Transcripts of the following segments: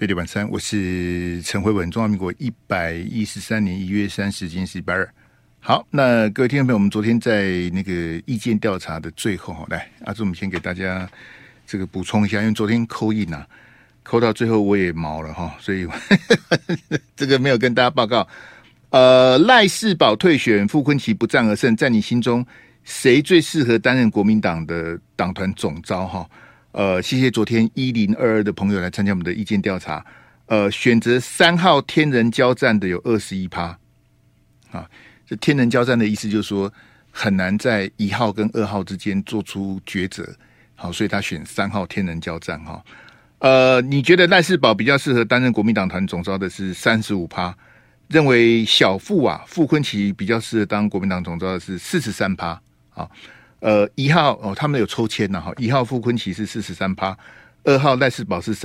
飞碟晚餐，我是陈慧文，中华民国113年1月30日，今天是礼拜二。好，那各位听众朋友，我们昨天在那个意见调查的最后，来，阿朱，我们先给大家这个补充一下，因为昨天扣印啊，扣到最后我也毛了哈，所以这个没有跟大家报告。赖士葆退选，傅崐萁不战而胜，在你心中谁最适合担任国民党的党团总召哈？谢谢昨天1022的朋友来参加我们的意见调查。选择3号天人交战的有21%啊。这天人交战的意思就是说很难在1号跟2号之间做出抉择，好，所以他选3号天人交战哈。你觉得赖士葆比较适合担任国民党团总召的是35%，认为小傅傅崐萁比较适合当国民党总召的是43%啊。1号他们有抽签呐哈，1号傅崐萁是43%，2号赖士葆是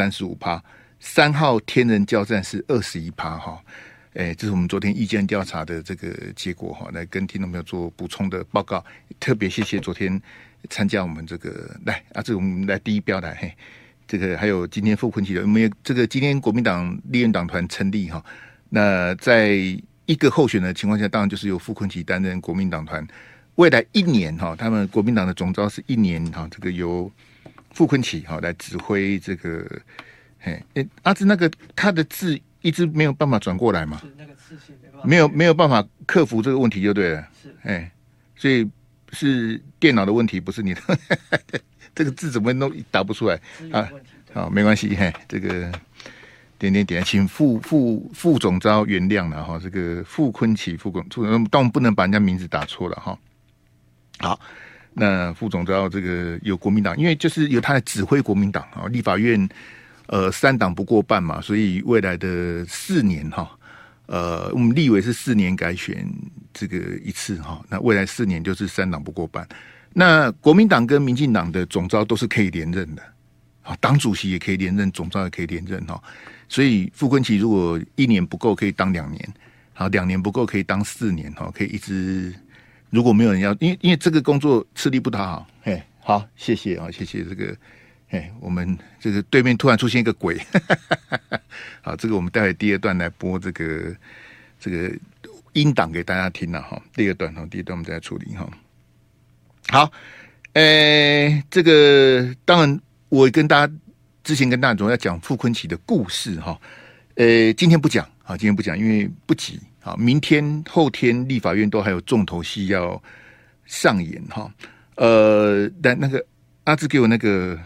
35%，3号天人交战是21%哈。这是我们昨天意见调查的这个结果哈，来跟听众朋友做补充的报告。特别谢谢昨天参加我们这个来这个我们来第一标来这个还有今天傅崐萁的，我们也这个今天国民党立院党团成立哈，那在一个候选的情况下，当然就是由傅崐萁担任国民党团未来1年哈，他们国民党的总召是1年哈，这个由傅崐萁哈来指挥这个阿志那个他的字一直没有办法转过来嘛？是那个字型没有办法克服这个问题就对了。是，所以是电脑的问题，不是你的。这个字怎么都打不出来啊？好，没关系，这个点，请副总召原谅了哈。这个傅崐萁，但我们不能把人家名字打错了哈。好，那副总召这个有国民党，因为就是有他来指挥国民党啊，立法院。3党不过半嘛，所以未来的4年哈，我们立委是4年改选这个一次哈，那未来4年就是3党不过半。那国民党跟民进党的总召都是可以连任的，啊，党主席也可以连任，总召也可以连任哈。所以傅崐萁如果1年不够，可以当2年，好，2年不够可以当4年哈，可以一直。如果没有人要，因为这个工作吃力不讨好，好，谢谢啊，谢谢这个。我们这个对面突然出现一个鬼，好，这个我们待会第2段来播这个音档给大家听了哈。第二段我们再来处理哈。好，这个当然我之前跟大家总要讲傅崐萁的故事哈，今天不讲啊，因为不急啊，明天后天立法院都还有重头戏要上演哈。但那个阿志给我那个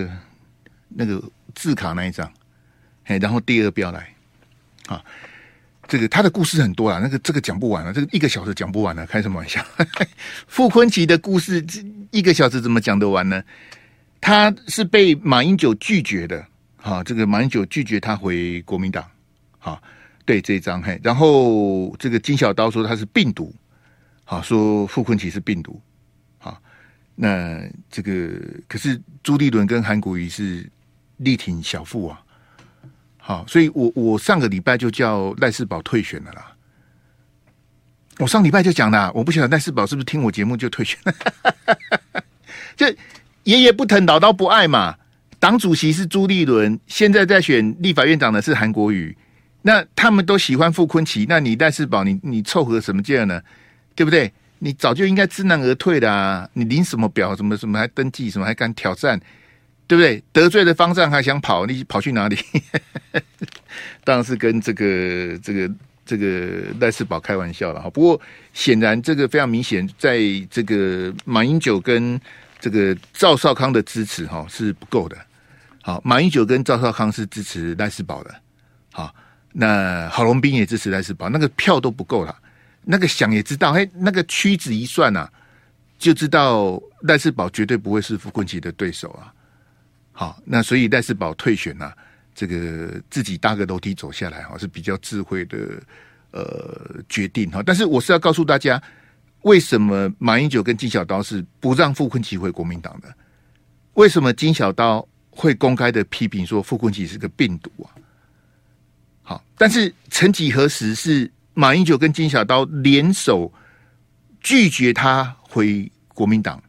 字卡那一张，然后第2标来啊，这个他的故事很多啦，这个讲不完了，这个1个小时讲不完了，开什么玩笑？傅崐萁的故事1个小时怎么讲得完呢？他是被马英九拒绝的，这个马英九拒绝他回国民党，对这一张，然后这个金小刀说他是病毒，说傅崐萁是病毒。那这个可是朱立伦跟韩国瑜是力挺小傅啊，好，所以我上个礼拜就叫赖士葆退选了啦。我上礼拜就讲了，我不晓得赖士葆是不是听我节目就退选了，就爷爷不疼，老刀不爱嘛。党主席是朱立伦，现在在选立法院长的是韩国瑜，那他们都喜欢傅崐萁，那你赖士葆你凑合什么劲呢？对不对？你早就应该知难而退的啊！你领什么表？什么还登记？什么还敢挑战？对不对？得罪的方丈还想跑，你跑去哪里？当然是跟这个赖士葆开玩笑了哈。不过显然这个非常明显，在这个马英九跟这个赵少康的支持哈是不够的。好，马英九跟赵少康是支持赖士葆的。好，那郝龙斌也支持赖士葆，那个票都不够了。那个想也知道，那个屈指一算啊，就知道赖士葆绝对不会是傅崐萁的对手啊。好，那所以赖士葆退选啊，这个自己搭个楼梯走下来是比较智慧的决定哈。但是我是要告诉大家，为什么马英九跟金小刀是不让傅崐萁回国民党的？为什么金小刀会公开的批评说傅崐萁是个病毒啊？好，但是曾几何时是马英九跟金小刀联手拒绝他回国民党。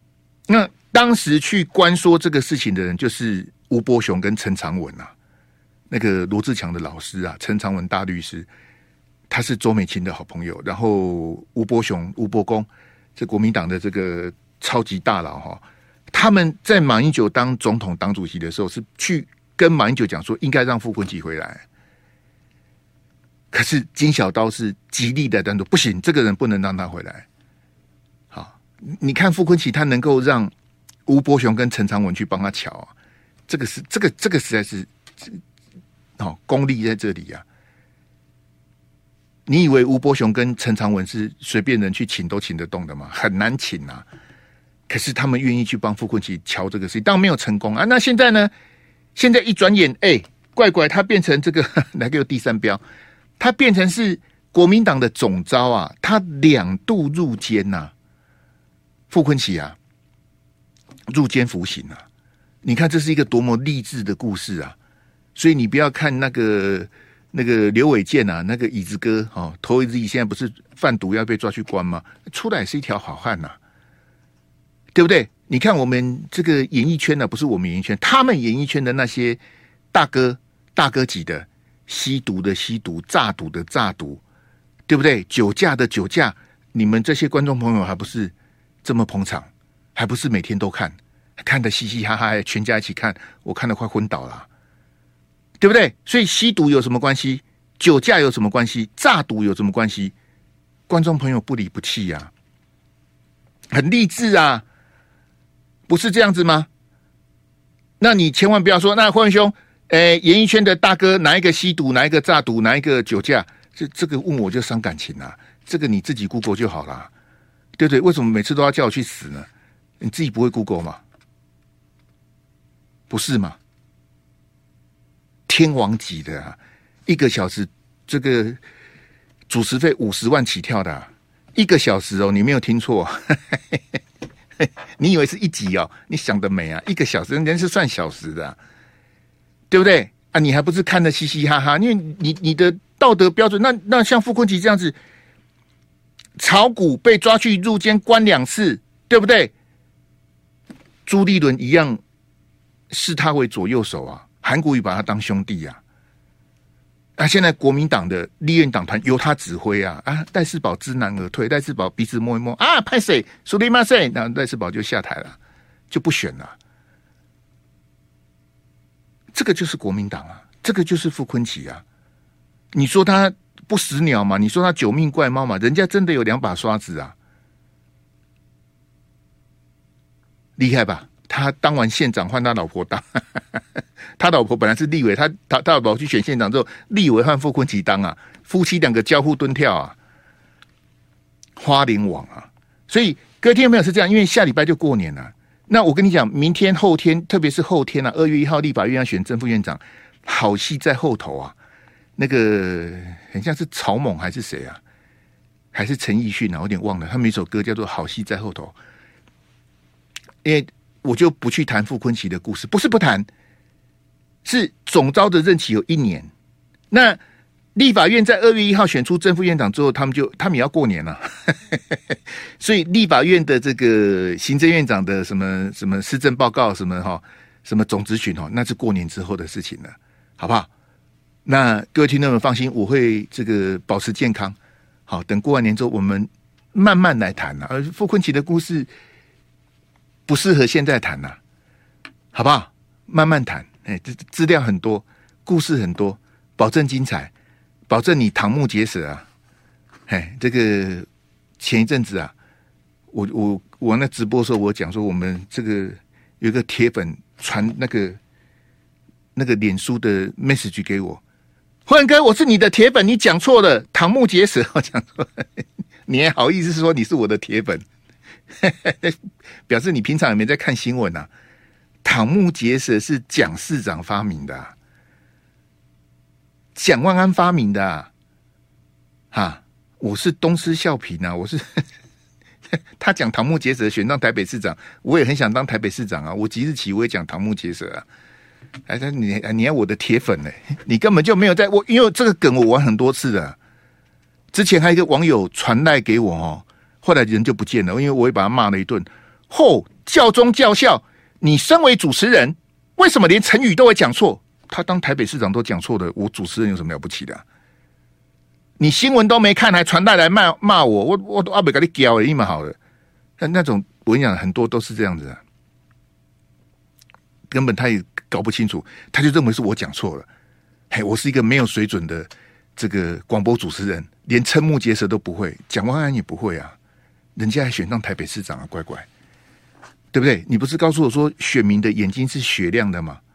那当时去关说这个事情的人就是吴伯雄跟陈长文啊。 那个罗志强的老师啊，陈长文大律师，他是周美青的好朋友，然后吴伯公，这国民党的这个超级大佬哈，他们在马英九当总统党主席的时候，是去跟马英九讲说，应该让傅昆萁回来。可是金小刀是极力的单独，不行，这个人不能让他回来。好，你看傅昆萁他能够让吴伯雄跟陈长文去帮他瞧啊，这个实在是功力在这里啊。你以为吴伯雄跟陈长文是随便人去请都请得动的吗？很难请啊。可是他们愿意去帮傅昆萁瞧这个事情，当然没有成功啊。那现在呢？现在一转眼，怪他变成这个来个第三标，他变成是国民党的总召啊，他2度入监呐、啊，傅昆萁啊，入监服刑啊。你看这是一个多么励志的故事啊！所以你不要看那个刘伟健啊，那个椅子哥哦，头一日现在不是贩毒要被抓去关吗？出来也是一条好汉呐、啊，对不对？你看我们这个演艺圈呢、啊，不是我们演艺圈，他们演艺圈的那些大哥级的，吸毒的吸毒，诈赌的诈赌，对不对？酒驾的酒驾，你们这些观众朋友还不是这么捧场，还不是每天都看得嘻嘻哈哈，全家一起看，我看得快昏倒了。对不对？所以吸毒有什么关系？酒驾有什么关系？诈赌有什么关系？观众朋友不离不弃啊，很励志啊，不是这样子吗？那你千万不要说，那辉文兄，演艺圈的大哥哪一个吸毒，哪一个诈赌，哪一个酒驾，这个问我就伤感情啊，这个你自己 Google 就好啦，对不对？为什么每次都要叫我去死呢？你自己不会 Google 吗？不是吗？天王级的啊，1个小时这个主持费50万起跳的、啊，1个小时哦，你没有听错，你以为是1集哦？你想得美啊！1个小时，人是算小时的、啊，对不对啊？你还不是看得嘻嘻哈哈？因为你的道德标准，那像傅昆萁这样子，炒股被抓去入监关2次，对不对？朱立伦一样视他为左右手啊。韩国瑜把他当兄弟啊！现在国民党的立院党团由他指挥啊！戴士宝知难而退，戴士宝鼻子摸一摸啊，拍谁苏利马谁，那戴士宝就下台了，就不选了。这个就是国民党啊，这个就是傅昆萁啊！你说他不死鸟吗？你说他九命怪猫吗？人家真的有2把刷子啊，厉害吧？他当完县长换他老婆当，他老婆本来是立委，他老婆去选县长之后，立委换傅昆萁当啊，夫妻2个交互蹲跳啊，花莲网啊，所以各位听众朋友是这样，因为下礼拜就过年了，那我跟你讲，明天后天，特别是后天啊，2月1号立法院要选正副院长，好戏在后头啊，那个很像是曹猛还是谁啊，还是陈奕迅啊，我有点忘了，他们有一首歌叫做《好戏在后头》，因为我就不去谈傅昆萁的故事，不是不谈，是总召的任期有1年。那立法院在2月1号选出正副院长之后，他们也要过年了，所以立法院的这个行政院长的什么施政报告，什么总质询那是过年之后的事情了，好不好？那各位听众们放心，我会这个保持健康。好，等过完年之后，我们慢慢来谈而傅昆萁的故事不适合现在谈好不好？慢慢谈。这资料很多，故事很多，保证精彩，保证你瞠目结舌啊！这个前一阵子啊，我那直播的时候，我讲说我们这个有一个铁粉传那个脸书的 message 给我，辉文哥，我是你的铁粉，你讲错了，瞠目结舌。我讲错了，你还好意思说你是我的铁粉？表示你平常也没在看新闻啊！瞠目结舌是蒋市长发明的、啊，蒋万安发明的啊！我是东施效颦啊！我是他讲瞠目结舌选当台北市长，我也很想当台北市长啊！我即日起我也讲瞠目结舌啊！你要我的铁粉呢、你根本就没有在我，因为这个梗我玩很多次了。之前还有一个网友传赖给我后来人就不见了，因为我也把他骂了一顿。教中教校，你身为主持人，为什么连成语都会讲错？ 他当台北市长都讲错的，我主持人有什么了不起的？你新闻都没看，还传带来骂我，我都阿北给你教一嘛好了。那种我跟你讲，很多都是这样子啊，根本他也搞不清楚，他就认为是我讲错了。嘿，我是一个没有水准的这个广播主持人，连瞠目结舌都不会，蒋万安也不会啊，人家还选上台北市长啊，乖乖，对不对？你不是告诉我说选民的眼睛是雪亮的吗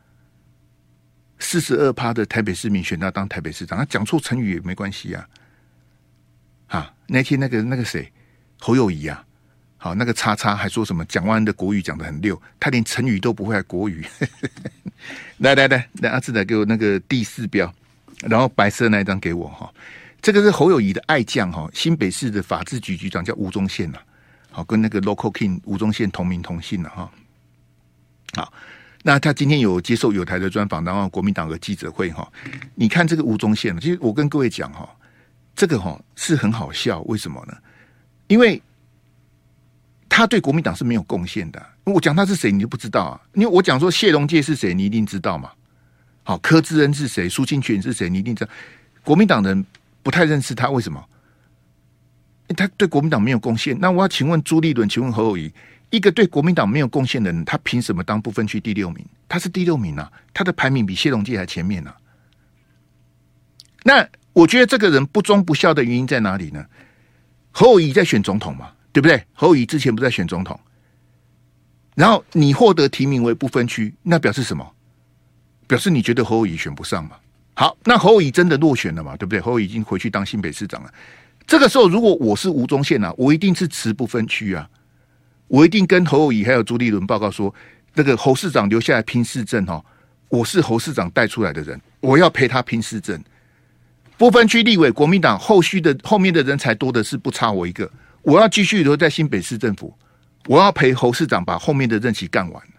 ？42%的台北市民选他当台北市长，他讲错成语也没关系啊。啊，那天那个谁，侯友宜啊，好，那个叉叉还说什么蒋万安的国语讲得很溜，他连成语都不会，还国语。来，阿志来给我那个第4标，然后白色那一张给我哈。这个是侯友宜的爱将哈，新北市的法制局局长叫吴宗宪呐，好，跟那个 Local King 吴宗宪同名同姓了哈。好。那他今天有接受友台的专访，然后国民党的记者会哈，你看这个吴宗宪，其实我跟各位讲哈，这个哈是很好笑，为什么呢？因为他对国民党是没有贡献的。我讲他是谁，你就不知道啊？因为我讲说谢龙介是谁，你一定知道嘛。好，柯志恩是谁，苏清泉是谁，你一定知道。国民党人不太认识他，为什么？他对国民党没有贡献。那我要请问朱立伦，请问侯友宜。一个对国民党没有贡献的人，他凭什么当不分区第6名？他是第6名啊，他的排名比谢龙介还前面啊。那我觉得这个人不忠不孝的原因在哪里呢？侯友宜在选总统嘛，对不对？侯友宜之前不在选总统，然后你获得提名为不分区，那表示什么？表示你觉得侯友宜选不上嘛？好，那侯友宜真的落选了嘛？对不对？侯友宜已经回去当新北市长了。这个时候，如果我是吴宗宪啊，我一定是持不分区啊。我一定跟侯友宜还有朱立伦报告说，这个侯市长留下来拼市政哦，我是侯市长带出来的人，我要陪他拼市政。不分区立委，国民党后面的人才多的是，不差我一个。我要继续留在新北市政府，我要陪侯市长把后面的任期干完。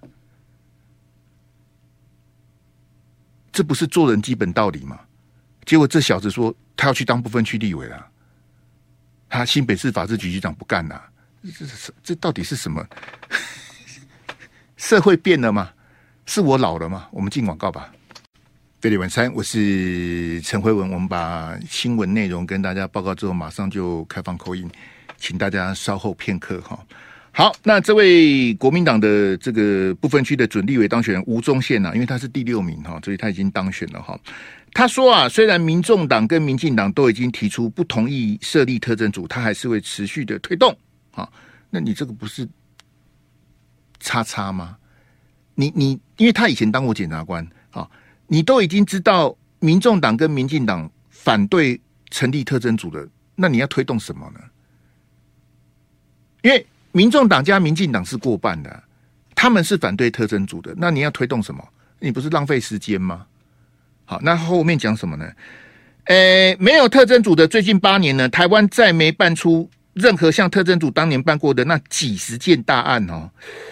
这不是做人基本道理吗？结果这小子说他要去当不分区立委了，他新北市法制局局长不干了。这到底是什么？社会变了吗？是我老了吗？我们进广告吧。飞利晚餐，我是陈辉文。我们把新闻内容跟大家报告之后，马上就开放口音，请大家稍后片刻哈。好，那这位国民党的这个不分区的准立委当选人吴宗宪啊，因为他是第6名哈，所以他已经当选了哈。他说啊，虽然民众党跟民进党都已经提出不同意设立特侦组，他还是会持续的推动。好，那你这个不是叉叉吗？你因为他以前当过检察官，好，你都已经知道民众党跟民进党反对成立特侦组的，那你要推动什么呢？因为民众党加民进党是过半的，他们是反对特侦组的，那你要推动什么？你不是浪费时间吗？好，那后面讲什么呢？没有特侦组的最近8年呢，台湾再没办出任何像特侦组当年办过的那几十件大案哦。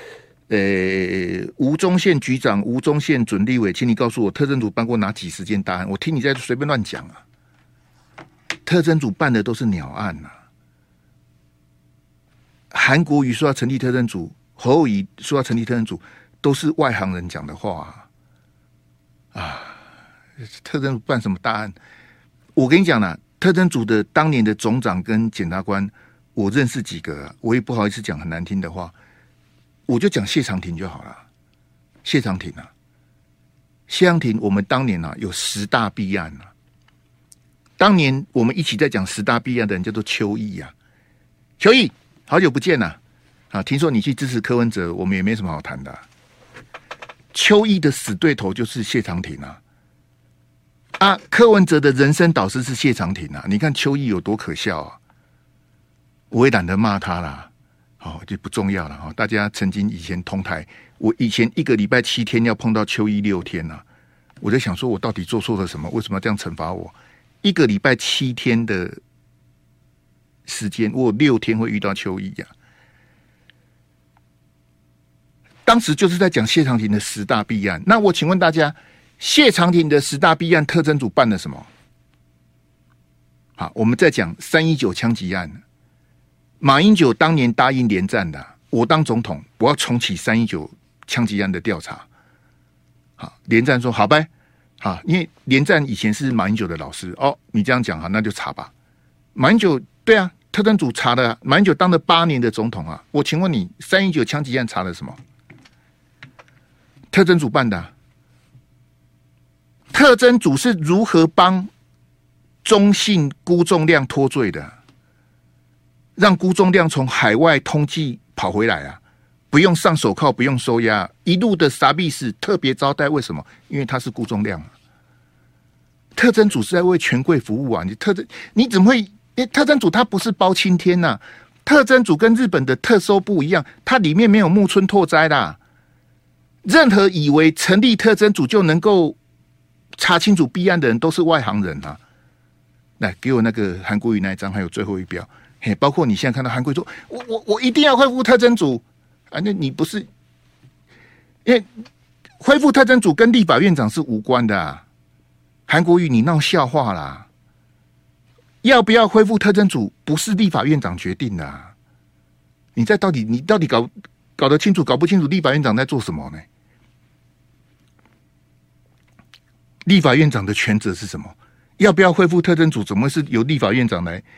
吴宗宪局长、吴宗宪准立委，请你告诉我，特侦组办过哪几十件大案？我听你在随便乱讲啊！特侦组办的都是鸟案啊。韩国瑜说要成立特侦组，侯友宜说要成立特侦组，都是外行人讲的话啊！特侦组办什么大案？我跟你讲啦，特侦组的当年的总长跟检察官。我认识几个啊，我也不好意思讲很难听的话，我就讲谢长廷就好了。谢长廷啊，谢长廷，我们当年啊有10大弊案啊。当年我们一起在讲10大弊案的人叫做邱毅啊，邱毅，好久不见了啊！听说你去支持柯文哲，我们也没什么好谈的。邱毅的死对头就是谢长廷啊，柯文哲的人生导师是谢长廷啊，你看邱毅有多可笑啊！我也懒得骂他啦，好，就不重要了哈。大家曾经以前同台，我以前1个礼拜7天要碰到邱毅6天啊，我在想说我到底做错了什么？为什么要这样惩罚我？1个礼拜7天的时间，我有6天会遇到邱毅啊。当时就是在讲谢长廷的10大弊案。那我请问大家，谢长廷的10大弊案，特侦组办了什么？好，我们再讲319枪击案。马英九当年答应连战的，我当总统，我要重启319枪击案的调查。好，连战说好呗， 因为连战以前是马英九的老师哦，你这样讲那就查吧。马英九对啊，特侦组查的马英九当了8年的总统啊。我请问你，319枪击案查了什么？特侦组办的特侦组是如何帮中信辜仲谅脱罪的？让辜仲谅从海外通缉跑回来啊，不用上手铐，不用收押，一路的傻逼死特别招待。为什么？因为他是辜仲谅啊。特侦组是在为权贵服务啊！你怎么会？特侦组它不是包青天呐、特侦组跟日本的特搜部一样，它里面没有木村拓哉啦。任何以为成立特侦组就能够查清楚弊案的人，都是外行人啊！来，给我那个韩国瑜那一张，还有最后一标。嘿，包括你现在看到韩国瑜说，我一定要恢复特侦组啊！那你不是因为恢复特侦组跟立法院长是无关的啊？韩国瑜，你闹笑话啦！要不要恢复特侦组，不是立法院长决定的啊！你到底搞得清楚，搞不清楚立法院长在做什么呢？立法院长的权责是什么？要不要恢复特侦组，怎么会是由立法院长来？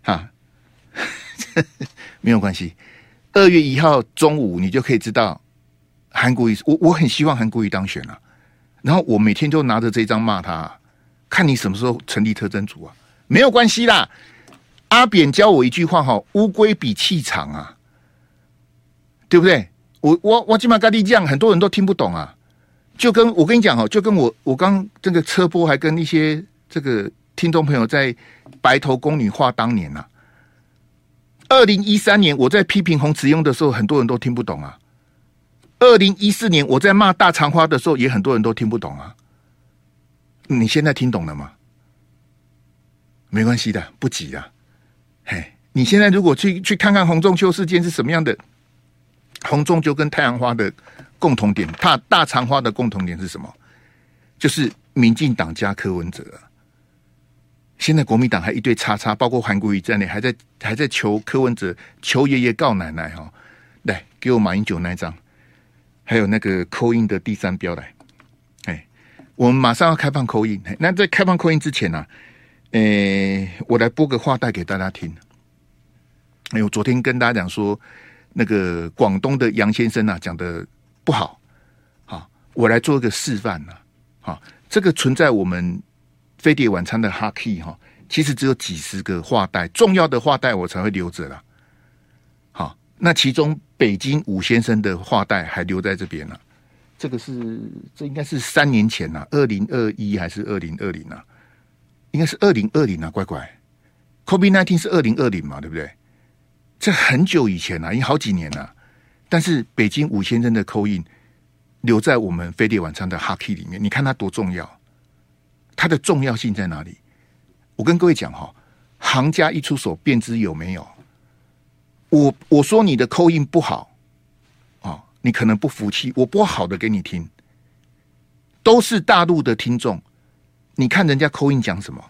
没有关系。2月1号中午，你就可以知道韩国瑜。我很希望韩国瑜当选啊。然后我每天就拿着这张骂他，看你什么时候成立特侦组啊？没有关系啦。阿扁教我一句话乌龟比气长啊，对不对？我基本上跟你讲，很多人都听不懂啊。就跟我跟你讲就跟我刚这个车播还跟一些这个听众朋友在白头宫女话当年啊。2013年我在批评洪慈庸的时候，很多人都听不懂啊。2014年我在骂大长花的时候，也很多人都听不懂啊。你现在听懂了吗？没关系的，不急的。嘿，你现在如果去看看洪仲丘事件是什么样的，洪仲丘跟太阳花的共同点，大长花的共同点是什么？就是民进党加柯文哲啊。现在国民党还一堆叉叉，包括韩国瑜在内，还在求柯文哲、求爷爷告奶奶来，给我马英九那一张，还有那个call in的第3标来。我们马上要开放call in。那在开放call in之前呢，我来播个话带给大家听。我昨天跟大家讲说，那个广东的杨先生讲的不好，我来做一个示范这个存在我们飞碟晚餐的哈 key 其实只有几十个话带，重要的话带我才会留着啦。那其中北京武先生的话带还留在这边了。这应该是3年前2021还是2020应该是2020乖乖。COVID-19 是2020嘛，对不对？这很久以前已经好几年了。但是北京武先生的call in留在我们飞碟晚餐的哈 key 里面，你看它多重要，它的重要性在哪里？我跟各位讲行家一出手便知有没有。我说你的call in不好你可能不服气，我播好的给你听，都是大陆的听众，你看人家call in讲什么？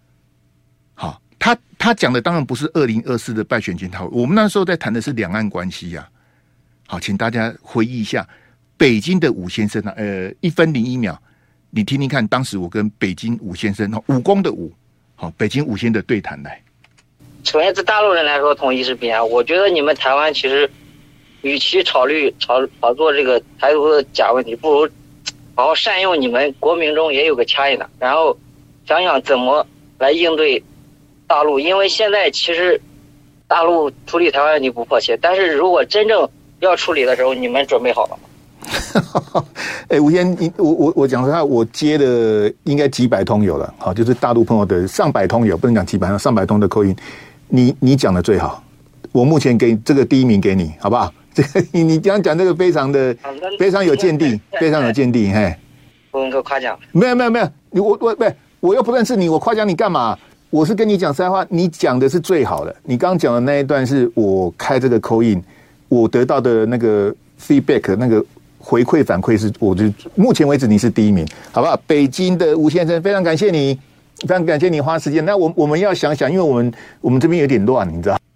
他讲的当然不是2024的败选检讨，我们那时候在谈的是两岸关系呀。好，请大家回忆一下北京的武先生1分01秒，你听听看，当时我跟北京武先生武功的武，北京武先的对谈来。 首先，对大陆人来说，统一是必然。我觉得你们台湾其实，与其炒作这个台独的假问题，不如好好善用你们国民中也有个掐一的，然后想想怎么来应对大陆。因为现在其实大陆处理台湾问题不迫切，但是如果真正要处理的时候，你们准备好了吗？ 吴先，我讲实话，我接的应该几百通有了，就是大陆朋友的上百通有，不能讲几百通，上百通的call in。你讲的最好，我目前给这个第1名给你，好不好？这个你讲这个非常有见地，非常有见地，嘿。 不用给我夸奖。 没有，我又不认识你，我夸奖你干嘛？我是跟你讲实在话，你讲的是最好的。你刚刚讲的那一段是我开这个call in，我得到的那个 feedback 那个回馈反馈是，我就目前为止你是第1名，好不好？北京的吴先生，非常感谢你。非常感谢你花时间。那我们要想想，因为我们这边有点乱，你知道？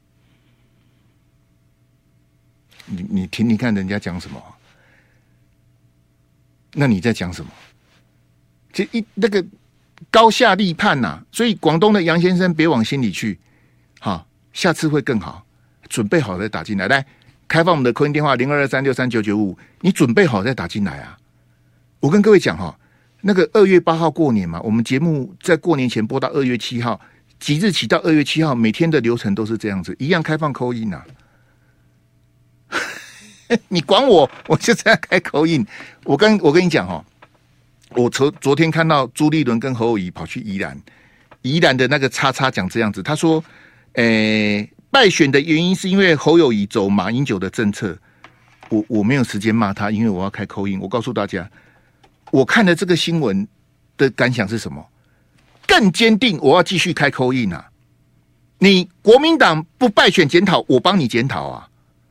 你听，你看人家讲什么，那你在讲什么？ 那个高下立判呐，所以广东的杨先生别往心里去，好，下次会更好，准备好再打进来。来，开放我们的扣音电话0223639955，你准备好再打进来啊！我跟各位讲哈，那个2月8号过年嘛，我们节目在过年前播到2月7号，即日起到2月7号，每天的流程都是这样子，一样开放扣音啊。你管我，我就这样开口音。我跟你讲哈，我昨天看到朱立伦跟侯友宜跑去宜兰的那个叉叉讲这样子，他说，败选的原因是因为侯友宜走马英九的政策。我没有时间骂他，因为我要开口音。我告诉大家，我看了这个新闻的感想是什么？更坚定我要继续开口音啊！你国民党不败选检讨，我帮你检讨啊！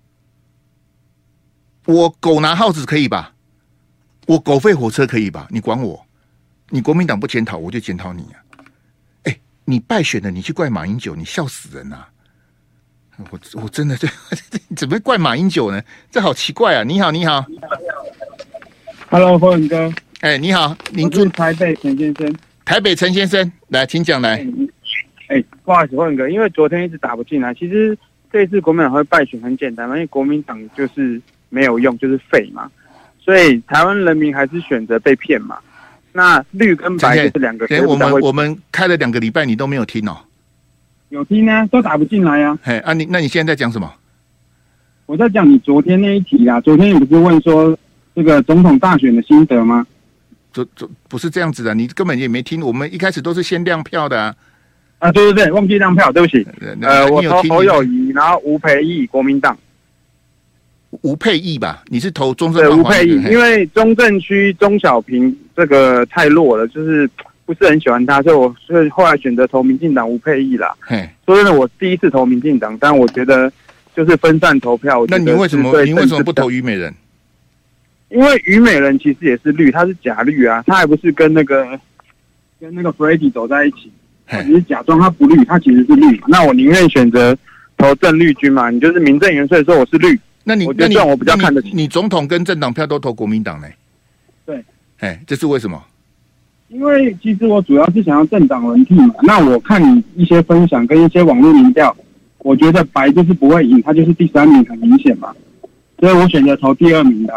我狗拿耗子可以吧？我狗吠火车可以吧？你管我？你国民党不检讨，我就检讨你啊！你败选了，你去怪马英九，你笑死人啊！我真的怎么会怪马英九呢？这好奇怪啊！你好 ，Hello， 霍文哥， 你好，您住台北陈先生， 台北陈先生，来，请讲来。 不好意思，霍文哥，因为昨天一直打不进来。其实这一次国民党会败选很简单嘛，因为国民党就是没有用，就是废嘛，所以台湾人民还是选择被骗嘛。那绿跟白就是两个。 我们开了2个礼拜，你都没有听哦。 有听啊，都打不进来啊。 那你现在在讲什么？ 我在讲你昨天那一题啊。昨天你不是问说这个总统大选的心得吗？ 不是这样子的，你根本也没听。我们一开始都是先亮票的啊。 对，忘记亮票，对不起。我投侯友宜，然后吴培义国民党。 吴佩义吧？你是投中正？ 对，吴佩义，因为中正区钟小平这个太弱了，就是不是很喜欢他，所以后来选择投民进党吴佩义啦。说真的，我第一次投民进党，但我觉得就是分散投票。 那你为什么不投虞美人？ 因为虞美人其实也是绿，他是假绿啊，他还不是跟那个 Freddy 走在一起，他只是假装他不绿，他其实是绿。那我宁愿选择投正绿军嘛，你就是名正言顺说我是绿。 那你我比较看得起你总统跟政党票都投国民党呢？ 对， 这是为什么？ 因为其实我主要是想要政党轮替嘛。那我看你一些分享跟一些网络民调，我觉得白就是不会赢，他就是第3名，很明显嘛。所以我选择投第2名的。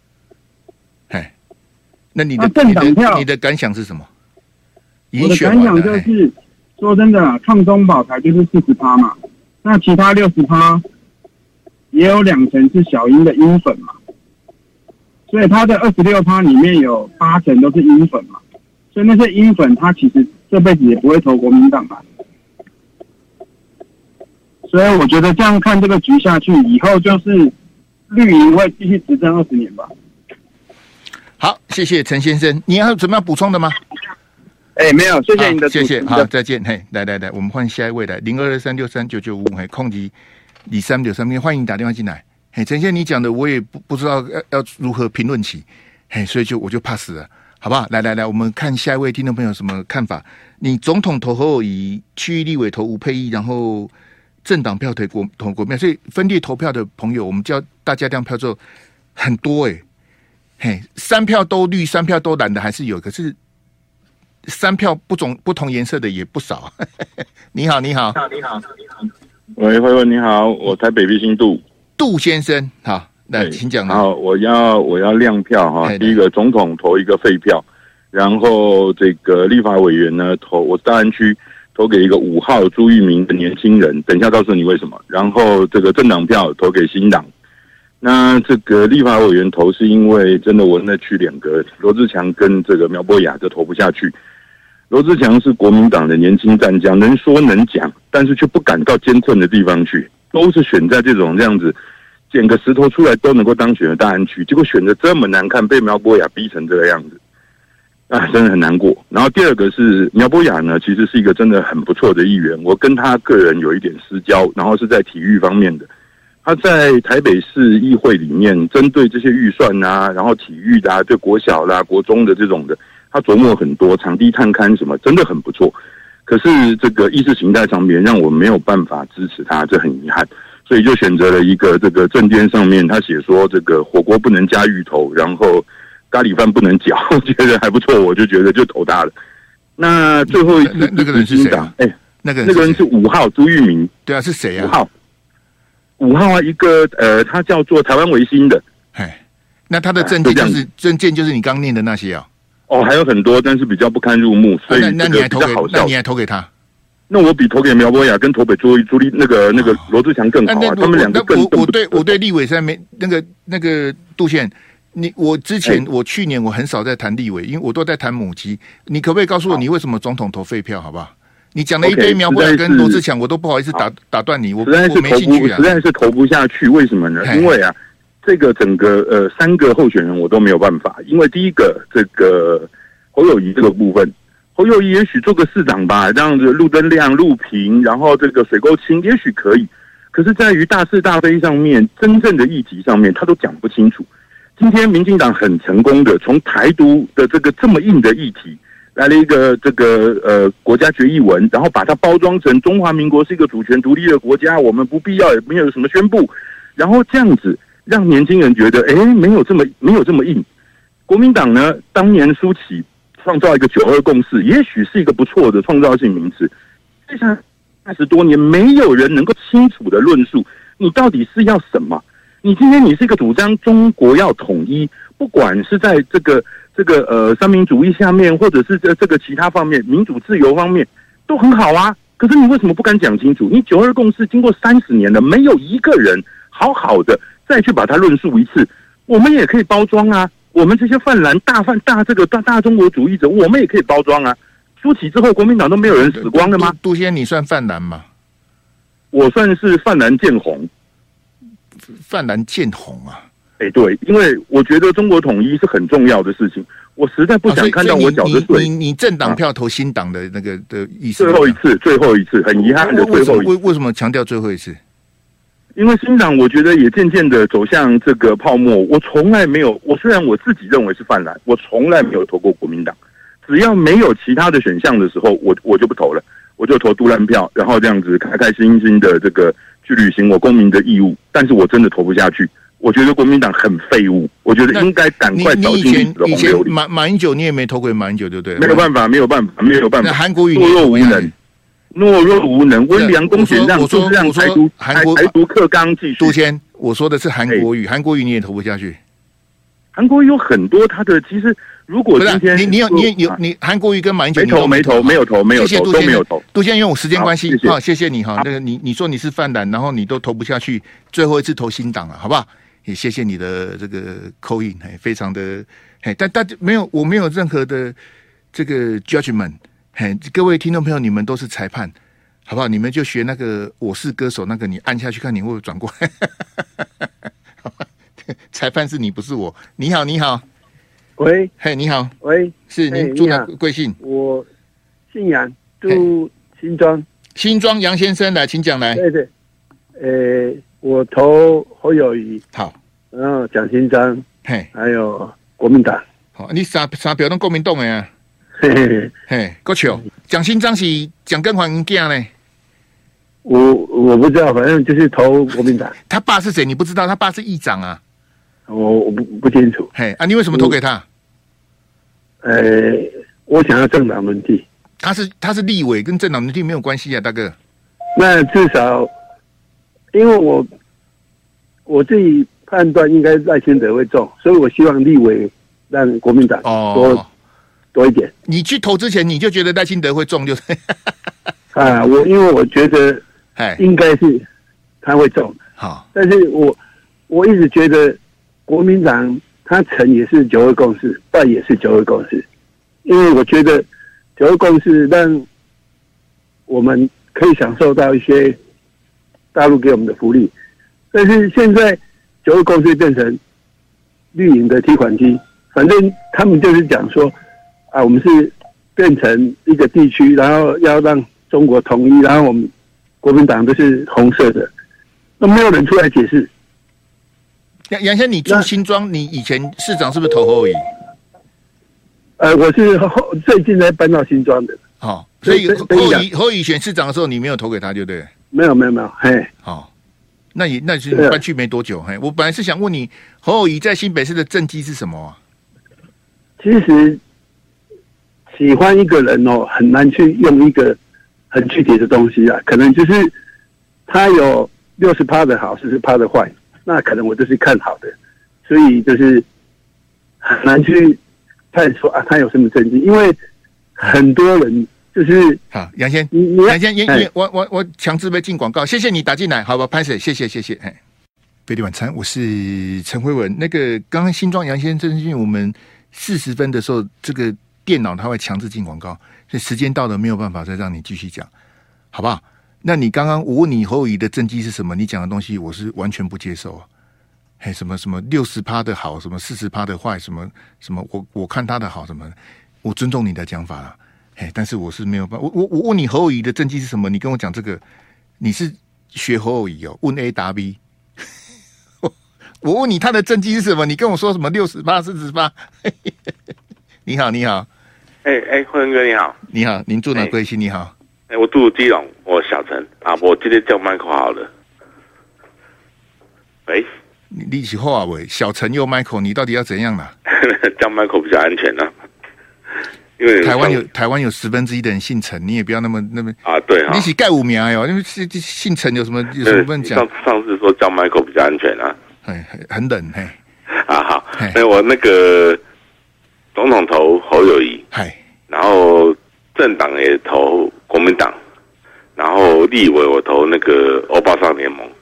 那你的政党票， 你的感想是什么？ 我的感想就是，说真的啦，抗中保台就是40%嘛，那其他60%。也有2成是小英的英粉嘛，所以他的26%里面有8成都是英粉嘛，所以那些英粉他其实这辈子也不会投国民党嘛，所以我觉得这样看这个局下去，以后就是绿营会继续执政20年吧。 好，谢谢陈先生，你还有什么要补充的吗？ 没有，谢谢你的主持， 谢谢，好，再见。来，我们换下一位来，0223639955，空机。李393边欢迎打电话进来。陈先生，你讲的我也不知道要如何评论起，所以我就 pass 了，好不好？来，我们看下一位听众朋友什么看法。你总统投侯友宜，区域立委投吴佩义，然后政党票投国民党，所以分裂投票的朋友，我们叫大家亮票之后很多3票都绿，3票都蓝的还是有，可是3票不同颜色的也不少。你好。 喂，慧文你好，我台北必兴杜先生，好，来请讲。 好，我要亮票哈。第一个总统投一个废票，然后这个立法委员呢我大安区投给一个5号朱玉明的年轻人，等一下告诉你为什么。然后这个政党票投给新党。那这个立法委员投是因为真的我那区2个罗志强跟这个苗博雅就投不下去。罗志强是国民党的年轻战将，能说能讲，但是却不敢到艰困的地方去，都是选在这样子捡个石头出来都能够当选的大安区，结果选得这么难看，被苗博雅逼成这个样子，真的很难过。然后第二个是苗博雅呢，其实是一个真的很不错的议员，我跟他个人有一点私交，然后是在体育方面的。他在台北市议会里面，针对这些预算啊，然后体育的对国小啦、国中的这种的。他琢磨很多，场地探勘什么真的很不错，可是这个意识形态上面让我没有办法支持他，这很遗憾，所以就选择了一个这个政见上面他写说这个火锅不能加芋头，然后咖喱饭不能搅，觉得还不错，我就觉得就投他了。那最后一次那个人是谁啊？那个人是5号朱玉明。 对啊，是谁啊 ？5号啊，一个他叫做台湾维新的。 那他的政见就是你刚念的那些啊？ 哦，还有很多，但是比较不堪入目，所以那你还投给那你还投给他？ 那我比投给苗博雅跟投给朱立那个罗志祥更好啊，他们两个更。 我对立委现在没那个杜宪，我之前我去年我很少在谈立委，因为我都在谈母鸡。你可不可以告诉我你为什么总统投废票？好不好？你讲了一堆苗博雅跟罗志祥，我都不好意思打断你，我没兴趣啊， 实在是投不下去。为什么呢？因为啊，这个整个3个候选人我都没有办法，因为第一个这个侯友宜这个部分。侯友宜也许做个市长吧，这样子路灯亮、路平，然后这个水沟清，也许可以。可是，在于大是大非上面，真正的议题上面，他都讲不清楚。今天民进党很成功的从台独的这个这么硬的议题，来了一个这个国家决议文，然后把它包装成中华民国是一个主权独立的国家，我们不必要也没有什么宣布，然后这样子让年轻人觉得，没有这么硬。国民党呢，当年苏起。创造一个92共识，也许是一个不错的创造性名词。接下来30多年，没有人能够清楚的论述你到底是要什么。你今天你是一个主张中国要统一，不管是在这个三民主义下面，或者是这个其他方面，民主自由方面都很好啊。可是你为什么不敢讲清楚？你92共识经过30年了，没有一个人好好的再去把它论述一次。我们也可以包装啊。我们这些泛蓝大中国主义者，我们也可以包装啊。苏起之后，国民党都没有人死光了吗？ 杜先，你算泛蓝吗？ 我算是泛蓝见红。 泛蓝见红啊！ 对，因为我觉得中国统一是很重要的事情，我实在不想看到我缴的税。 你政党票投新党的那个的意思？ 最后一次，很遗憾的最后一次。 为什么强调最后一次？ 因为新党我觉得也渐渐的走向这个泡沫。我从来没有，虽然我自己认为是泛蓝，我从来没有投过国民党。只要没有其他的选项的时候，我就不投了，我就投杜烂票，然后这样子开开心心的这个去履行我公民的义务。但是我真的投不下去，我觉得国民党很废物，我觉得应该赶快找进历史的洪流里。 马英九你也没投过马英九，对不对？ 没有办法。 那韩国瑜懦弱无能，温良恭俭让，就是让台独课纲继续。 杜先，我说的是韩国瑜，韩国瑜你也投不下去。 韩国瑜有很多他的，其实如果今天你韩国瑜跟马英九没有投， 谢谢都没有投。 杜先，因为我时间关系，好，谢谢你哈。那个你说你是泛蓝，然后你都投不下去，最后一次投新党了，好不好？也谢谢你的这个call in，非常的但没有，我没有任何的这个 judgment。各位听众朋友，你们都是裁判，好不好？你们就学那个《我是歌手》那个，你按下去看你会不会转过来。裁判是你，不是我。你好， 喂， 你好， 喂， 是您住哪贵姓？ 我姓杨，住新庄杨先生来，请讲来。 对，我投侯友宜， 好， 然后蒋新章，还有国民党。 好，你三票都国民党的啊。够巧，蒋新章是蒋根环囝呢？ 我不知道，反正就是投国民党。 他爸是谁？你不知道？他爸是议长啊。 我不清楚。 你为什么投给他？ 我想要政党轮替。 他是立委，跟政党轮替没有关系啊，大哥。 那至少，因为我自己判断应该赖清德会中，所以我希望立委让国民党多一点。你去投之前你就觉得赖清德会中，就是因为我觉得应该是他会中。 好， 但是我一直觉得国民党他成也是92共识，败也是92共识，因为我觉得92共识让我们可以享受到一些大陆给我们的福利，但是现在92共识变成绿营的提款机，反正他们就是讲说我们是变成一个地区，然后要让中国统一，然后我们国民党都是红色的，都没有人出来解释。 杨先，你住新庄，你以前市长是不是投侯友宜？ 我是最近才搬到新庄的。 好，所以侯友宜选市长的时候，你没有投给他，就对了。 没有。 好，那是搬去没多久。我本来是想问你，侯友宜在新北市的政绩是什么啊？ 其实喜欢一个人哦，很难去用一个很具体的东西啊，可能就是他有60%的好，40%的坏，那可能我就是看好的，所以就是很难去看说啊他有什么政绩，因为很多人就是好，杨先，我强制被进广告，谢谢你打进来，好吧，拍摄，谢谢。贝蒂晚餐，我是陈辉文。那个刚刚新庄杨先生，因为我们40分的时候，这个电脑它会强制进广告，所以时间到了没有办法再让你继续讲，好不好？那你刚刚我问你侯友宜的政绩是什么？你讲的东西我是完全不接受啊！嘿，什么60%的好，什么40%的坏，什么我看他的好，什么我尊重你的讲法啦。嘿，但是我是没有办法。我问你侯友宜的政绩是什么？你跟我讲这个，你是学侯友宜哦？问 A 答 B。我问你他的政绩是什么？你跟我说什么60%、40%？你好， 辉文哥你好， 你好，您住哪贵姓？你好， 我住基隆，我小陈啊，我今天叫 Michael 好了。喂， 你立起话喂，小陈又 Michael， 你到底要怎样啦？ 叫 Michael 比较安全啊，因为台湾有1/10的人姓陈，你也不要那么啊，对啊， 你是盖五名哟，因为姓陈有什么不能讲？ 上次说叫 Michael 比较安全啊。 很冷嘿啊好，那我那个总统投侯友宜，然后政党也投国民党，然后立委我投那个欧巴桑联盟。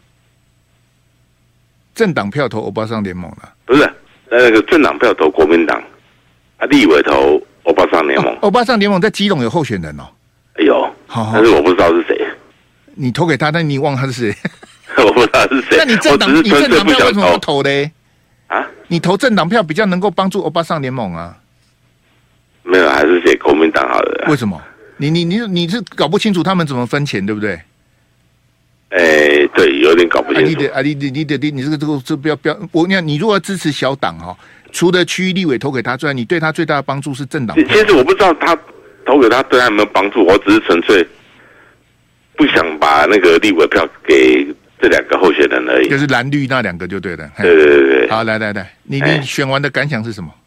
政党票投欧巴桑联盟了？ 不是，那个政党票投国民党，立委投欧巴桑联盟。 欧巴桑联盟在基隆有候选人哦。 有，但是我不知道是谁。 你投给他，但你忘他是谁？ 我不知道是谁。 那你政党票为什么不投嘞？ 啊？ 你投政党票比较能够帮助欧巴桑联盟啊。 没有，还是写国民党好了。 为什么？你是搞不清楚他们怎么分钱，对不对？ 对，有点搞不清楚。 你这不要，你如果支持小党哈，除了区域立委投给他之外，你对他最大的帮助是政党票。 其实我不知道他投给他对他有没有帮助，我只是纯粹不想把那个立委票给这2个候选人而已， 就是蓝绿那2个就对了。 对。 好，来，你选完的感想是什么？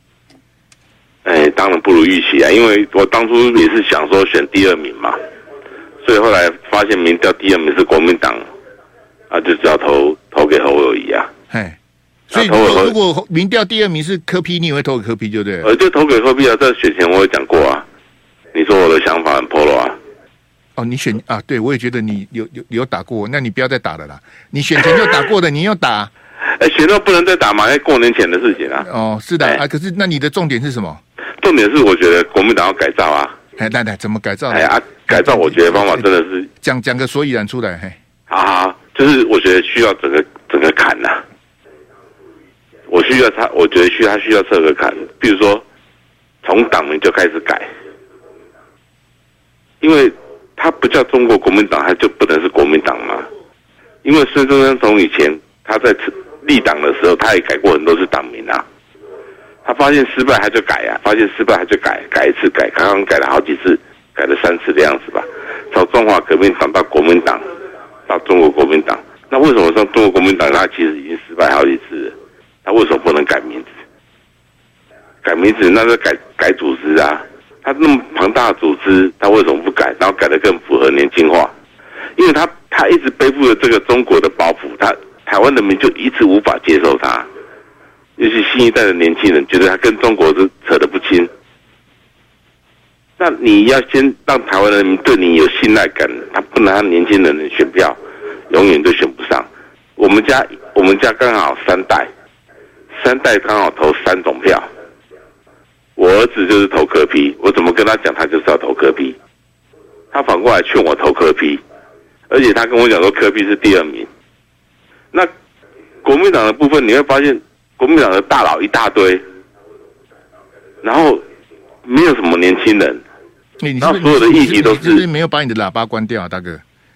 当然不如预期啊，因为我当初也是想说选第2名嘛，所以后来发现民调第2名是国民党，啊，就只要投给侯友宜啊。 所以如果民调第2名是柯 P， 你也会投给柯 P 就对了。 就投给柯 P 啊，在选前我有讲过啊。你说我的想法很 polo 啊。 哦，你选啊？对，我也觉得你有打过，那你不要再打了啦。你选前就打过的，你又打， 选到不能再打嘛？因为过年前的事情啊。 哦，是的可是那你的重点是什么？ 重点是我觉得国民党要改造啊。 来，怎么改造？ 改造，我觉得方法真的是讲个所以然出来。 好，就是我觉得需要整个砍呐。我觉得他需要设个坎，比如说从党名就开始改，因为他不叫中国国民党，他就不能是国民党嘛。因为孙中山从以前他在立党的时候，他也改过很多次党名啊。他发现失败他就改啊，发现失败他就改一次，刚刚改了好几次，改了3次的样子吧。从中华革命党到国民党，到中国国民党，那为什么说中国国民党他其实已经失败好几次了？他为什么不能改名字？改名字那就改组织啊！他那么庞大的组织，他为什么不改？然后改得更符合年轻化？因为他一直背负着这个中国的包袱，台湾人民就一直无法接受他，尤其新一代的年轻人觉得他跟中国是扯得不清。那你要先让台湾人民对你有信赖感，他不能让年轻人的选票永远都选不上。我们家刚好3代刚好投3种票。我儿子就是投柯 P， 我怎么跟他讲，他就是要投柯 P。他反过来劝我投柯 P， 而且他跟我讲说柯 P 是第2名。那国民党的部分，你会发现国民党的大佬一大堆，然后没有什么年轻人，然后所有的议题都是。 你是不是没有把你的喇叭关掉啊，大哥？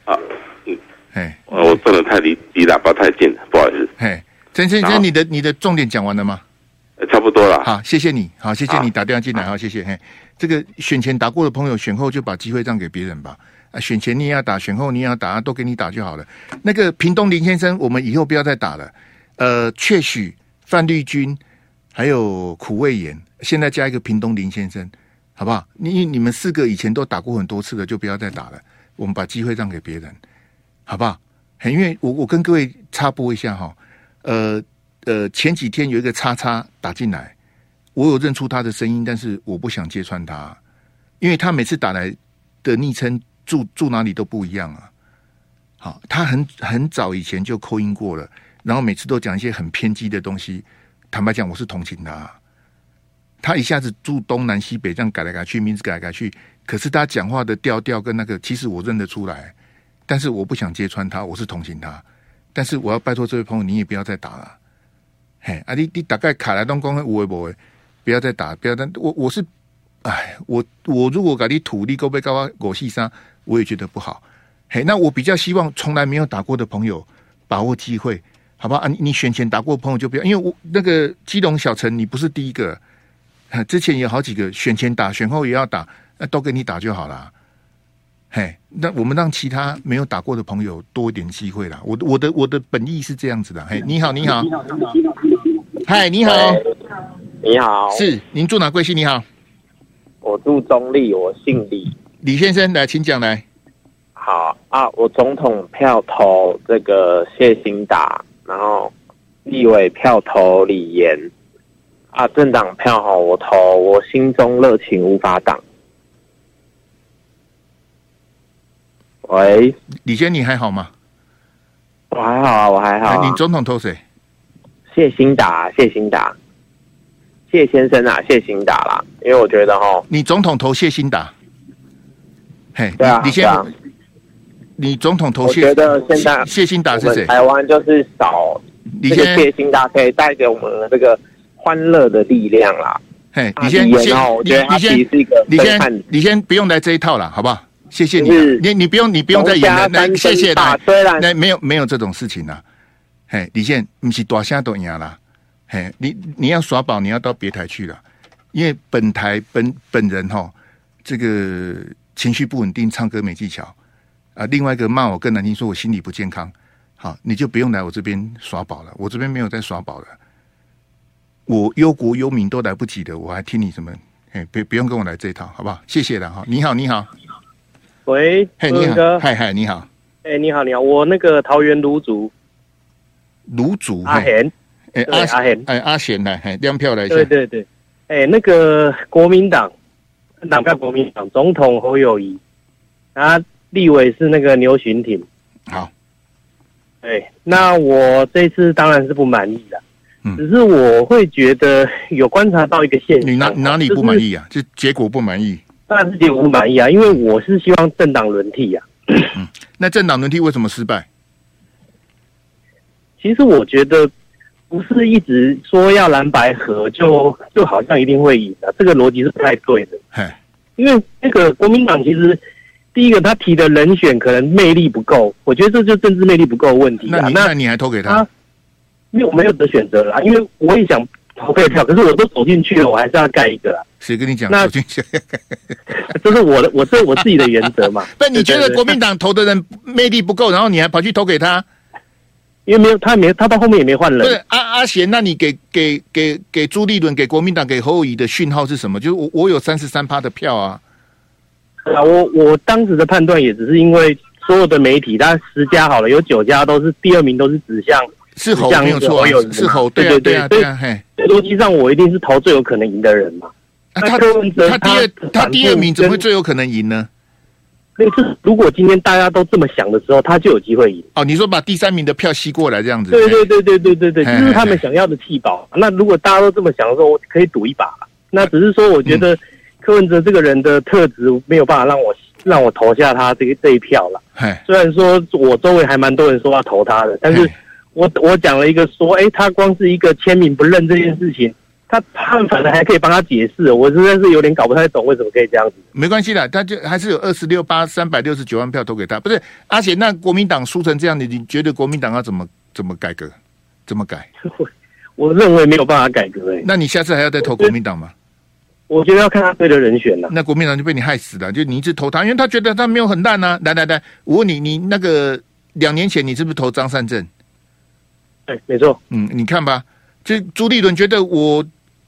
我真的太离喇叭太近了，不好意思。 陈先生，你的重点讲完了吗？ 差不多了。 好，谢谢你。好，谢谢你打电话进来。好，谢谢。这个选前打过的朋友，选后就把机会让给别人吧。选前你也要打，选后你也要打，都给你打就好了。那个屏东林先生，我们以后不要再打了。确许、范绿军， 还有苦味盐，现在加一个屏东林先生，好不好？你们4个以前都打过很多次了，就不要再打了，我们把机会让给别人，好不好？因为我跟各位插播一下哈，前几天有一个叉叉打进来，我有认出他的声音，但是我不想揭穿他，因为他每次打来的昵称住哪里都不一样啊。好，他很早以前就call in过了，然后每次都讲一些很偏激的东西。坦白讲，我是同情他。他一下子住东南西北这样改来改去，名字改来改去，可是他讲话的调调跟那个，其实我认得出来，但是我不想揭穿他，我是同情他。但是我要拜托这位朋友，你也不要再打了。嘿，啊，你大概卡来东公有为不？不要再打，不要再我是，哎，我如果给你土地够被高我细沙，我也觉得不好。嘿，那我比较希望从来没有打过的朋友把握机会。好吧啊，你选前打过的朋友就不要，因为我那个基隆小陈，你不是第一个，之前有好几个选前打，选后也要打，那都给你打就好了。嘿，那我们让其他没有打过的朋友多一点机会啦。我的本意是这样子的。嘿，你好，你好，嗨，你好， 你好， 是您住哪贵姓？你好， 我住中立，我姓李， 李先生来，请讲来。 好啊，我总统票投这个谢兴达。然后立委票投李延啊，政党票我投我心中热情无法挡。喂， 李先，你还好吗？ 我还好啊，我还好啊。 你总统投谁？ 谢兴达，谢兴达，谢先生啊，谢兴达啦。因为我觉得你总统投谢兴达。嘿， 对啊， 李先。你总统投我觉得现在谢兴达是谁？ 台湾就是少这个谢兴达，可以带给我们的这个欢乐的力量啦。 嘿，我觉得他其实是一个你先不用来这一套了，好不好？谢谢你，你不用再演了，那谢谢啦。那没有这种事情啦。嘿，李现不是大声都赢啦。嘿，你要耍宝，你要到别台去了，因为本台本人这个情绪不稳定，唱歌没技巧。另外一个骂我更难听，说我心理不健康，好，你就不用来我这边耍宝了，我这边没有在耍宝了，我忧国忧民都来不及的，我还听你什么？不用跟我来这一套，好不好？谢谢了哈。你好，你好， 喂， 嘿，你好，嗨，你好， 你好，我那个桃园芦竹阿贤， 阿贤来，亮票来一下， 对，那个国民党国民党总统侯友宜啊。立委是那个牛群挺， 好， 那我这次当然是不满意的，只是我会觉得有观察到一个现象， 你哪里不满意啊？就结果不满意？ 当然是结果不满意啊，因为我是希望政党轮替啊。 那政党轮替为什么失败？ 其实我觉得不是一直说要蓝白合就好像一定会赢的，这个逻辑是不太对的。因为那个国民党其实。第一个，他提的人选可能魅力不够，我觉得这就是政治魅力不够的问题。 那你还投给他？ 因为我没有得选择啦，因为我也想投废票，可是我都走进去了，我还是要盖一个啦。 谁跟你讲走进去？ 这是我自己的原则嘛。 但你觉得国民党投的人魅力不够，然后你还跑去投给他？ 因为他到后面也没换人。 不是阿贤，那你给朱立伦、给国民党、给侯友宜的讯号是什么？就是我有33%的票啊。 我当时的判断也只是因为所有的媒体，他10家好了，有9家都是第2名都是指向侯没有错，是侯，对啊，对啊，嘿， 逻辑上我一定是投最有可能赢的人嘛。 他第二名怎么会最有可能赢呢？ 如果今天大家都这么想的时候，他就有机会赢。 你说把第3名的票吸过来这样子？ 对，这是他们想要的气保。那如果大家都这么想的时候，我可以赌一把。那只是说，我觉得。柯文哲这个人的特质没有办法让我投下他这一票了。虽然说我周围还蛮多人说要投他的，但是我讲了一个说，他光是一个签名不认这件事情，他们反正还可以帮他解释，我实在是有点搞不太懂为什么可以这样子。 没关系的，他就还是有268,369万票投给他，不是？而且那国民党输成这样，你觉得国民党要怎么改革？怎么改？ 我认为没有办法改革。 那你下次还要再投国民党吗？ 我觉得要看他对的人选了。 那国民党就被你害死了，就你一直投他，因为他觉得他没有很烂啊。来，我问你，你那个2年前你是不是投张善政？ 对，没错。 你看吧，就朱立伦觉得我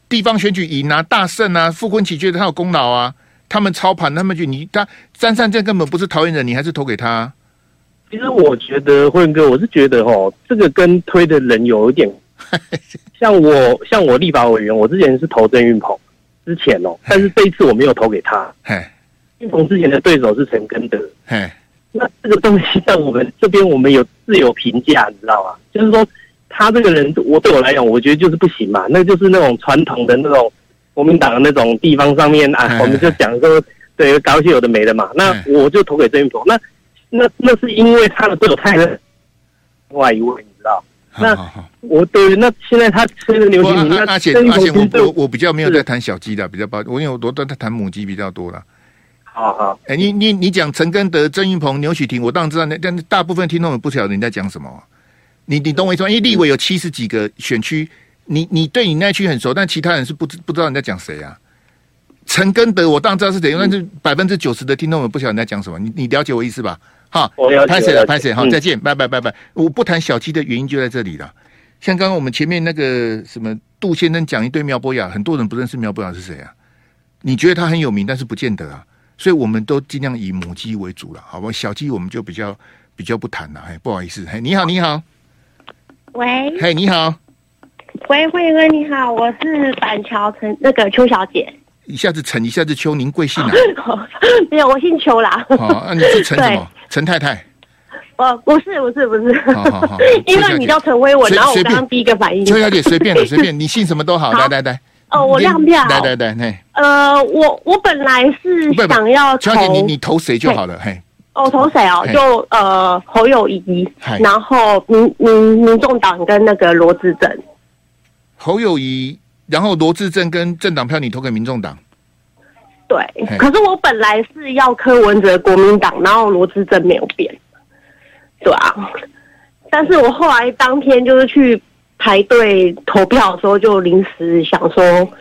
地方选举赢啊，大胜啊，傅昆萁觉得他有功劳啊，他们操盘，他们他詹善政根本不是桃园人，你还是投给他啊。 其实我觉得慧文哥，我是觉得这个跟推的人有一点，像我立法委员，我之前是投郑运鹏，之前但是这一次我没有投给他。运鹏之前的对手是陈根德。那这个东西在我们这边，我们有自有评价，你知道吗？就是说他这个人，对我来讲，我觉得就是不行嘛，那就是那种传统的那种国民党的那种地方上面啊，我们就讲说对搞一些有的没的嘛。那我就投给郑运鹏，那是因为他的对手太另外一位，你知道？那我对那现在他吹的流行名， 而且我比较没有在谈小鸡的，比较因为我都在谈母鸡比较多了。 好， 你讲陈根德、郑运鹏、牛许婷，我当然知道，但大部分听众也不晓得你在讲什么。你懂我意思吗？因为立委有70几个选区，你对你那区很熟，但其他人是不知道你在讲谁啊？陈根德我当然知道是谁，但是90%的听众也不晓得你在讲什么。你了解我意思吧？好，拍谁？好，再见，拜拜。我不谈小鸡的原因就在这里了。像刚刚我们前面那个什么杜先生讲一堆苗博雅，很多人不认识苗博雅是谁啊？你觉得他很有名，但是不见得啊。所以我们都尽量以母鸡为主了，好不好？小鸡我们就比较不谈了。不好意思，你好。 喂， 你好。 喂，慧哥你好，我是板桥邱小姐。 一下子陈，一下子邱，您贵姓啊？ 没有，我姓邱啦。 那你是陈什么？陈太太。 不是。 好， 因为你叫陈威文，然后我刚刚第一个反应。 邱小姐随便，你姓什么都好，来。 我亮票。 来。 我本来是想要投。 邱小姐，你投谁就好了， 我投谁哦？就侯友宜，然后民众党跟那个罗致政。 侯友宜，然后罗致政跟政党票你投给民众党。 对，可是我本来是要柯文哲国民党，然后罗致政没有变。对啊，但是我后来当天就是去排队投票的时候，就临时想说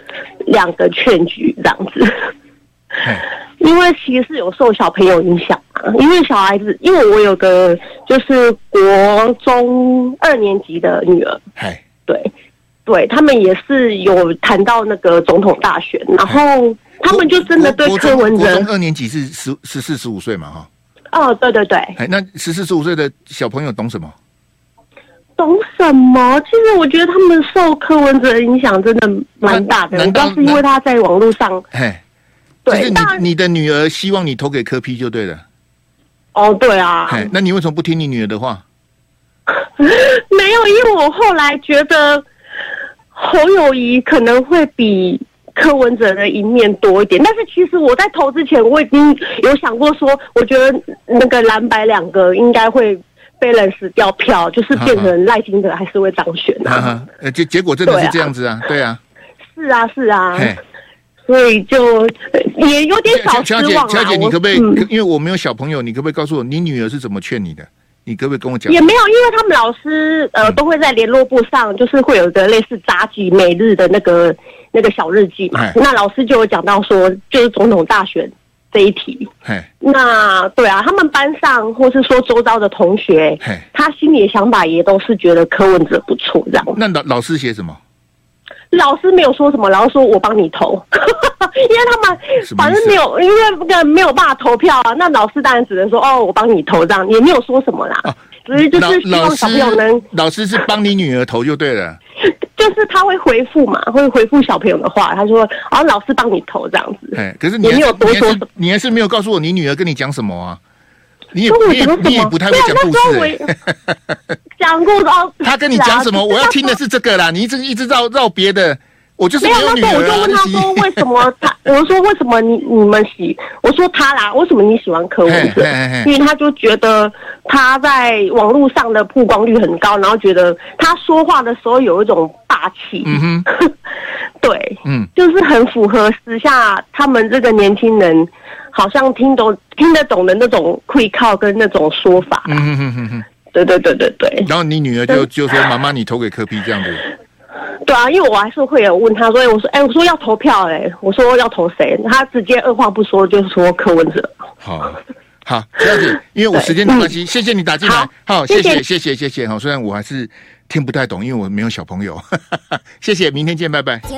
2个劝举这样子。因为其实有受小朋友影响啊，因为小孩子，因为我有个就是国中2年级的女儿，对，他们也是有谈到那个总统大选，然后他们就真的对柯文哲， 国中2年级是14、15岁嘛，哈。 对。 那14、15岁的小朋友懂什么？ 懂什么？其实我觉得他们受柯文哲的影响真的蛮大的，我不知道是因为他在网络上。 对，就是你的女儿希望你投给柯 P 就对了。 对啊。 那你为什么不听你女儿的话？ 没有，因为我后来觉得侯友宜可能会比柯文哲的一面多一点，但是其实我在投之前，我已经有想过说，我觉得那个蓝白2个应该会balance掉票，就是变成赖清德还是会当选结果真的是这样子啊？对啊。 是啊。所以就也有点小失望。 乔姐，你可不可以？因为我没有小朋友，你可不可以告诉我，你女儿是怎么劝你的？你可不可以跟我讲？ 也没有，因为他们老师都会在联络簿上，就是会有一个类似杂记每日的那个小日记嘛。那老师就有讲到说，就是总统大选这一题。那对啊，他们班上或是说周遭的同学，他心里的想法也都是觉得柯文哲不错这样。 那老师写什么？ 老师没有说什么，老师说我帮你投，因为他们反正没有，因为那个没有办法投票啊。那老师当然只能说我帮你投这样，也没有说什么啦。所以就是希望小朋友能， 老师是帮你女儿投就对了。 就是他会回复嘛，会回复小朋友的话，他说老师帮你投这样子。 可是你也没有多说什么，你还是没有告诉我你女儿跟你讲什么啊？你也不太会讲故事。 讲故事他跟你讲什么？我要听的是这个啦！你一直绕别的，我就是没有女儿。 我就问他说为什么我说为什么你们我说他啦，为什么你喜欢柯文哲？因为他就觉得他在网络上的曝光率很高，然后觉得他说话的时候有一种霸气。对，就是很符合时下他们这个年轻人好像听得懂的那种会靠跟那种说法。对。 然后你女儿就说妈妈你投给柯 P 这样子。 对啊，因为我还是会有问他，所以我说要投票我说要投谁，他直接二话不说就说柯文哲。好， 这样子，因为我时间的关系，谢谢你打进来。好，谢谢。好，虽然我还是听不太懂，因为我没有小朋友。谢谢，明天见，拜拜。就爱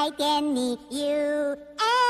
点你 UFO。